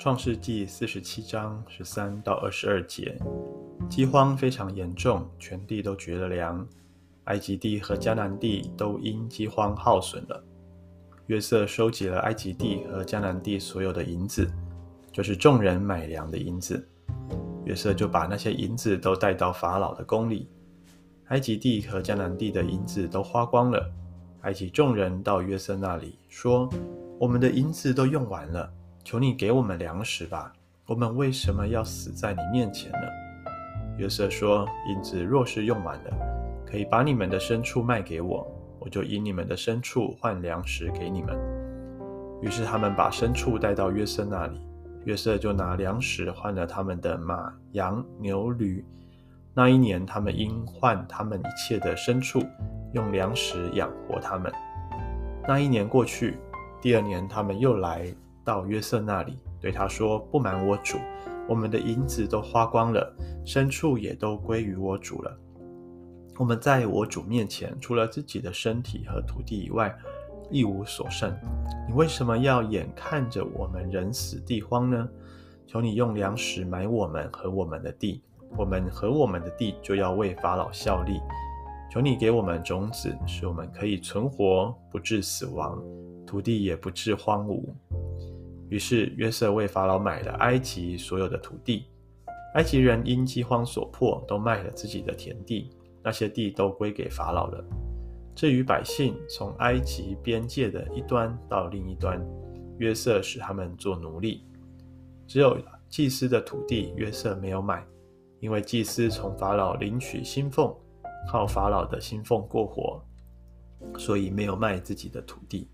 创世纪47章13到22节，饥荒非常严重，全地都绝了粮，埃及地和迦南地都因饥荒耗损了。约瑟收集了埃及地和迦南地所有的银子，就是众人买粮的银子。约瑟就把那些银子都带到法老的宫里。埃及地和迦南地的银子都花光了。埃及众人到约瑟那里说：“我们的银子都用完了，求你给我们粮食吧。我们为什么要死在你面前呢？”约瑟说：“银子若是用完了，可以把你们的牲畜卖给我，我就以你们的牲畜换粮食给你们。”于是他们把牲畜带到约瑟那里，约瑟就拿粮食换了他们的马、羊、牛、驴。那一年他们因换他们一切的牲畜，用粮食养活他们。那一年过去，第二年他们又来到约瑟那里，对他说：“不瞒我主，我们的银子都花光了，牲畜也都归于我主了。我们在我主面前，除了自己的身体和土地以外，一无所剩。你为什么要眼看着我们人死地荒呢？求你用粮食买我们和我们的地，我们和我们的地就要为法老效力。求你给我们种子，使我们可以存活，不致死亡，土地也不致荒芜。”于是约瑟为法老买了埃及所有的土地。埃及人因饥荒所迫，都卖了自己的田地，那些地都归给法老了。至于百姓，从埃及边界的一端到另一端，约瑟使他们做奴隶。只有祭司的土地约瑟没有买，因为祭司从法老领取薪俸，靠法老的薪俸过活，所以没有卖自己的土地。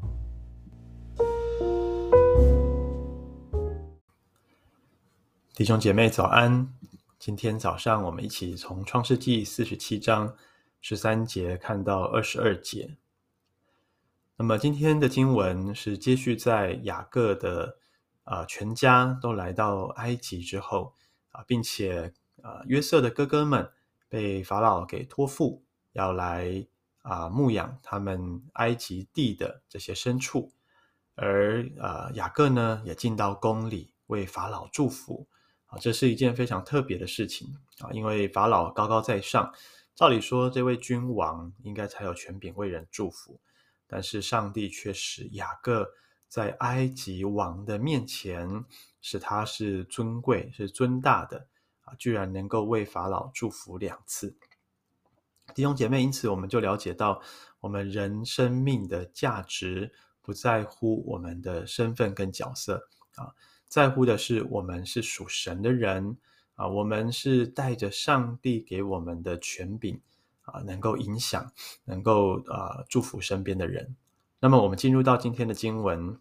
弟兄姐妹早安，今天早上我们一起从创世纪47章13节看到22节。那么今天的经文是接续在雅各的全家都来到埃及之后，并且约瑟的哥哥们被法老给托付，要来牧养他们埃及地的这些牲畜。而雅各呢也进到宫里为法老祝福。这是一件非常特别的事情因为法老高高在上，照理说这位君王应该才有权柄为人祝福，但是上帝却使雅各在埃及王的面前，使他是尊贵是尊大的居然能够为法老祝福2次。弟兄姐妹，因此我们就了解到，我们人生命的价值不在乎我们的身份跟角色在乎的是我们是属神的人我们是带着上帝给我们的权柄能够影响，能够祝福身边的人。那么我们进入到今天的经文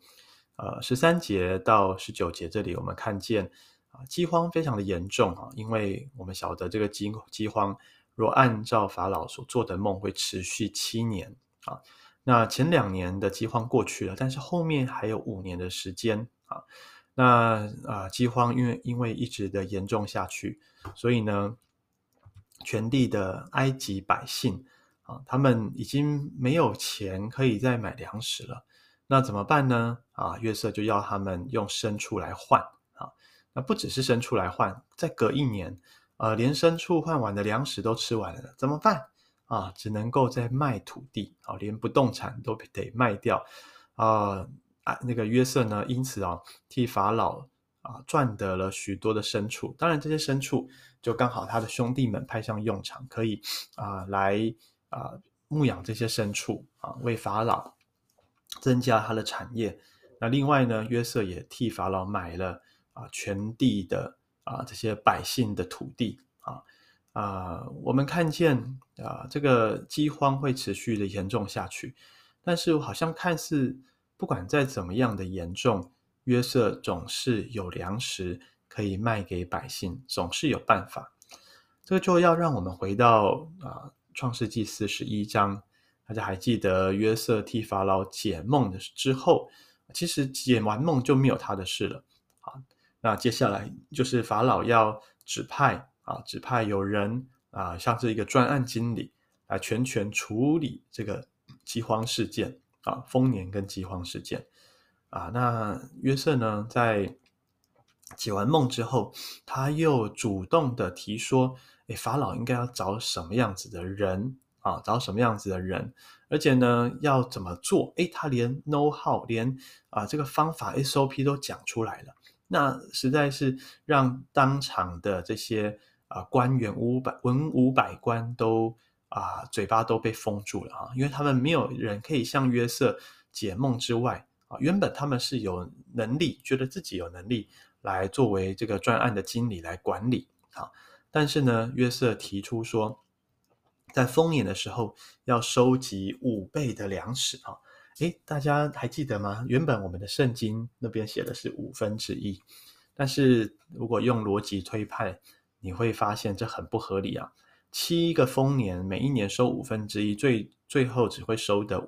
13节到19节，这里我们看见饥荒非常的严重因为我们晓得这个饥荒若按照法老所做的梦会持续7年那前2年的饥荒过去了，但是后面还有5年的时间那饥荒因为一直的严重下去，所以呢全地的埃及百姓他们已经没有钱可以再买粮食了。那怎么办呢约瑟就要他们用牲畜来换那不只是牲畜来换，再隔1年连牲畜换完的粮食都吃完了，怎么办只能够再卖土地连不动产都得卖掉那个约瑟呢因此替法老赚得了许多的牲畜。当然这些牲畜就刚好他的兄弟们派上用场，可以来牧养这些牲畜为法老增加他的产业。那另外呢，约瑟也替法老买了全地的这些百姓的土地我们看见这个饥荒会持续的严重下去，但是好像看似不管再怎么样的严重，约瑟总是有粮食可以卖给百姓，总是有办法。这个就要让我们回到创世纪41章，大家还记得约瑟替法老解梦的之后，其实解完梦就没有他的事了那接下来就是法老要指派有人像是一个专案经理来全权处理这个饥荒事件丰年跟饥荒事件那约瑟呢在解完梦之后，他又主动的提说，法老应该要找什么样子的人啊？找什么样子的人？而且呢，要怎么做？他连 know how，连这个方法 SOP 都讲出来了。那实在是让当场的这些官员文武百官都嘴巴都被封住了啊，因为他们没有人可以像约瑟解梦之外原本他们是有能力，觉得自己有能力来作为这个专案的经理来管理但是呢，约瑟提出说，在丰年的时候要收集5倍的粮食大家还记得吗？原本我们的圣经那边写的是1/5，但是如果用逻辑推判，你会发现这很不合理啊。7个丰年，每一年收1/5，最后只会收的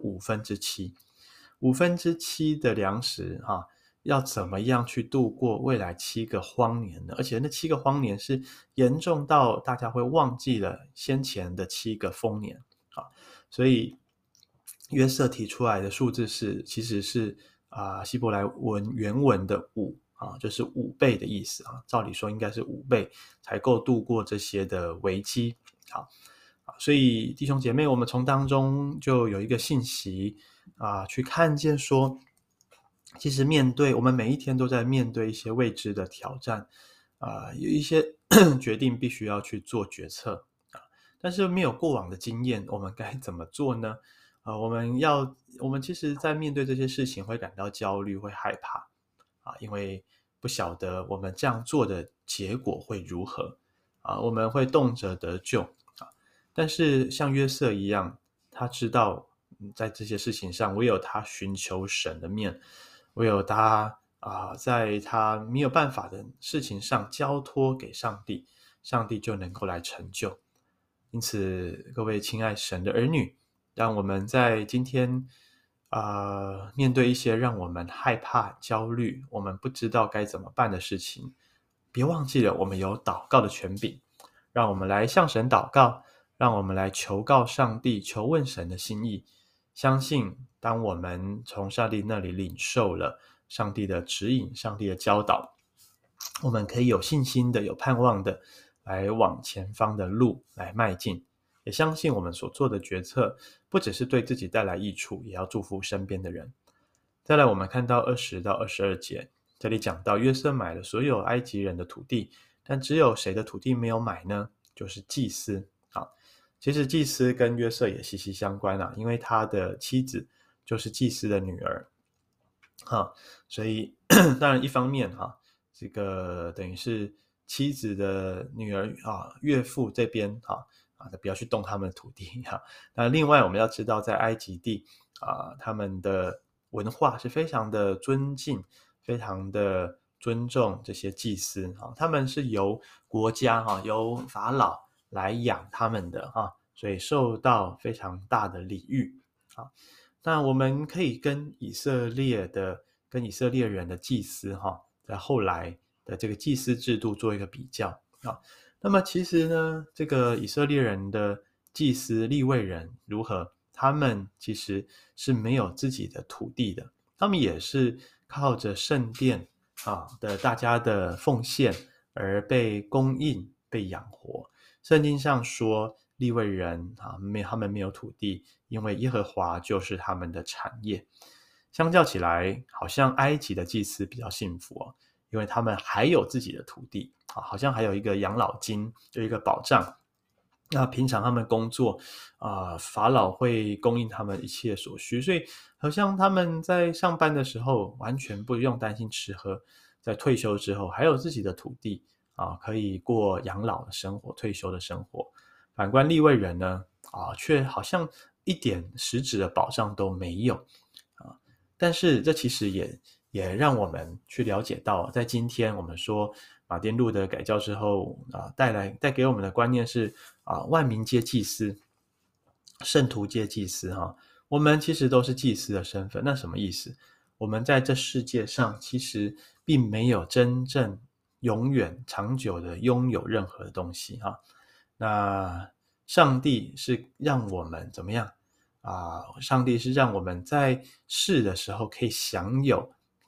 7/5。7/5的粮食要怎么样去度过未来7个荒年呢？而且那7个荒年是严重到大家会忘记了先前的7个丰年所以约瑟提出来的数字其实是希伯来文原文的5就是5倍的意思照理说应该是5倍才够度过这些的危机所以弟兄姐妹，我们从当中就有一个信息去看见说，其实我们每一天都在面对一些未知的挑战有一些决定必须要去做决策但是没有过往的经验，我们该怎么做呢？我们其实在面对这些事情会感到焦虑，会害怕因为不晓得我们这样做的结果会如何我们会动辄得救但是像约瑟一样，他知道在这些事情上，唯有他寻求神的面，唯有他在他没有办法的事情上交托给上帝，上帝就能够来成就。因此，各位亲爱神的儿女，让我们在今天面对一些让我们害怕、焦虑，我们不知道该怎么办的事情，别忘记了我们有祷告的权柄，让我们来向神祷告，让我们来求告上帝，求问神的心意。相信当我们从上帝那里领受了上帝的指引、上帝的教导，我们可以有信心的、有盼望的来往前方的路来迈进。也相信我们所做的决策不只是对自己带来益处，也要祝福身边的人。再来我们看到20到22节，这里讲到约瑟买了所有埃及人的土地，但只有谁的土地没有买呢？就是祭司其实祭司跟约瑟也息息相关因为他的妻子就是祭司的女儿所以当然一方面这个等于是妻子的女儿岳父这边不要去动他们的土地那另外我们要知道在埃及地他们的文化是非常的尊敬，非常的尊重这些祭司他们是由国家由法老来养他们的所以受到非常大的礼遇那我们可以跟以色列人的祭司在后来的这个祭司制度做一个比较那么其实呢，这个以色列人的祭司利未人如何？他们其实是没有自己的土地的，他们也是靠着圣殿的大家的奉献而被供应、被养活。圣经上说，利未人他们没有土地，因为耶和华就是他们的产业。相较起来，好像埃及的祭司比较幸福因为他们还有自己的土地好像还有一个养老金，有一个保障。那平常他们工作法老会供应他们一切所需，所以好像他们在上班的时候完全不用担心吃喝，在退休之后还有自己的土地可以过养老的生活、退休的生活。反观利未人呢却好像一点实质的保障都没有但是这其实也让我们去了解到，在今天我们说马丁路德改教之后带给我们的观念是万民皆祭司，圣徒皆祭司我们其实都是祭司的身份。那什么意思？我们在这世界上其实并没有真正永远长久的拥有任何的东西那上帝是让我们怎么样上帝是让我们在世的时候可以享有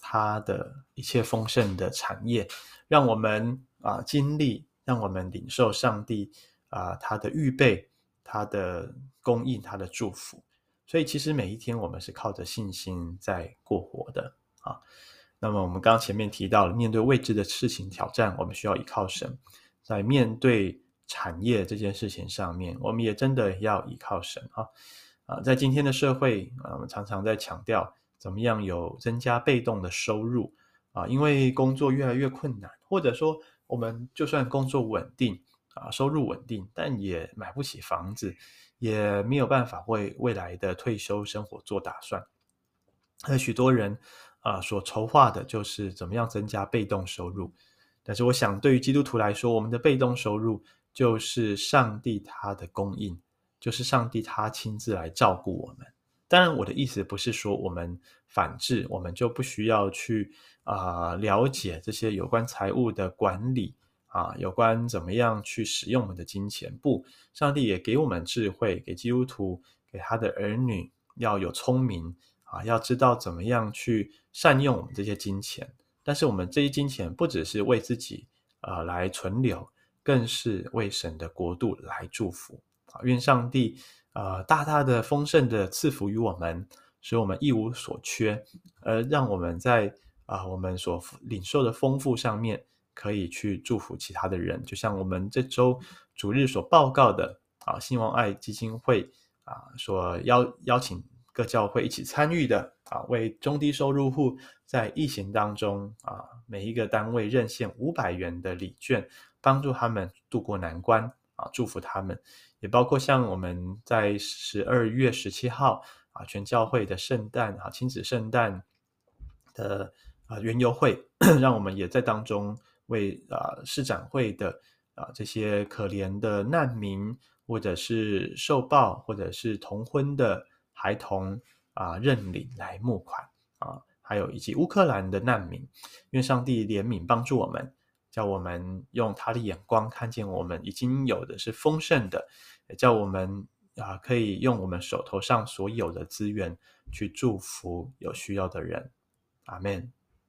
他的一切丰盛的产业，让我们经历，让我们领受上帝他的预备，他的供应，他的祝福。所以其实每一天我们是靠着信心在过活的啊。那么我们刚刚前面提到了，面对未知的事情挑战，我们需要依靠神。在面对产业这件事情上面，我们也真的要依靠神在今天的社会我们常常在强调怎么样有增加被动的收入因为工作越来越困难，或者说我们就算工作稳定收入稳定，但也买不起房子，也没有办法为未来的退休生活做打算。许多人所筹划的就是怎么样增加被动收入。但是我想对于基督徒来说，我们的被动收入就是上帝他的供应，就是上帝他亲自来照顾我们。当然我的意思不是说我们反制，我们就不需要去了解这些有关财务的管理有关怎么样去使用我们的金钱。不，上帝也给我们智慧，给基督徒，给他的儿女要有聪明要知道怎么样去善用我们这些金钱。但是我们这些金钱不只是为自己来存留，更是为神的国度来祝福愿上帝大大的丰盛的赐福于我们，使我们一无所缺，而让我们在我们所领受的丰富上面可以去祝福其他的人。就像我们这周主日所报告的兴旺爱基金会所邀请各教会一起参与的为中低收入户在疫情当中每一个单位认献500元的礼券，帮助他们度过难关祝福他们。也包括像我们在12月17号全教会的圣诞亲子圣诞的园游会让我们也在当中为市长会的这些可怜的难民，或者是受暴，或者是同婚的孩童认领来募款还有以及乌克兰的难民。愿上帝怜悯帮助我们，叫我们用他的眼光看见我们已经有的是丰盛的，也叫我们可以用我们手头上所有的资源去祝福有需要的人。阿们。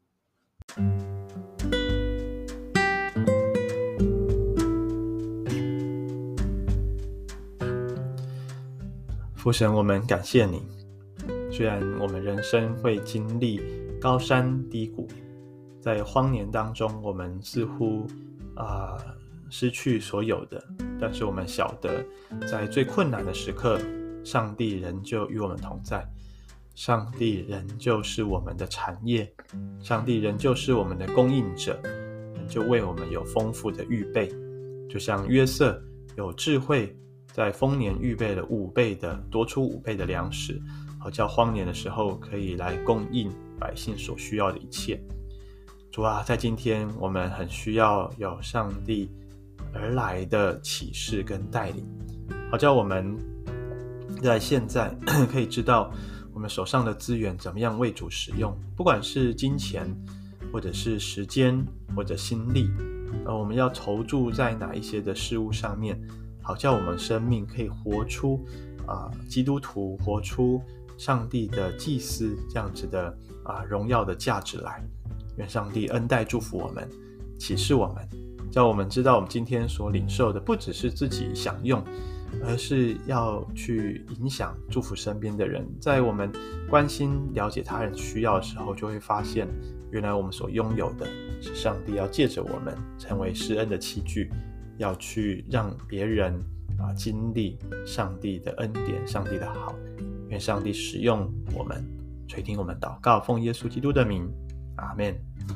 父神，我们感谢你，虽然我们人生会经历高山低谷，在荒年当中我们似乎失去所有的，但是我们晓得在最困难的时刻，上帝仍旧与我们同在，上帝仍旧是我们的产业，上帝仍旧是我们的供应者，仍旧为我们有丰富的预备。就像约瑟有智慧，在丰年预备了多出5倍的粮食，好叫荒年的时候可以来供应百姓所需要的一切。主在今天我们很需要有上帝而来的启示跟带领，好叫我们在现在可以知道我们手上的资源怎么样为主使用，不管是金钱或者是时间或者心力我们要投注在哪一些的事物上面，好叫我们生命可以活出基督徒，活出上帝的祭司这样子的荣耀的价值来。愿上帝恩待祝福我们，启示我们，叫我们知道我们今天所领受的不只是自己享用，而是要去影响祝福身边的人。在我们关心了解他人需要的时候，就会发现原来我们所拥有的是上帝要借着我们成为施恩的器具，要去让别人经历上帝的恩典，上帝的好。愿上帝使用我们，垂听我们祷告，奉耶稣基督的名，阿们。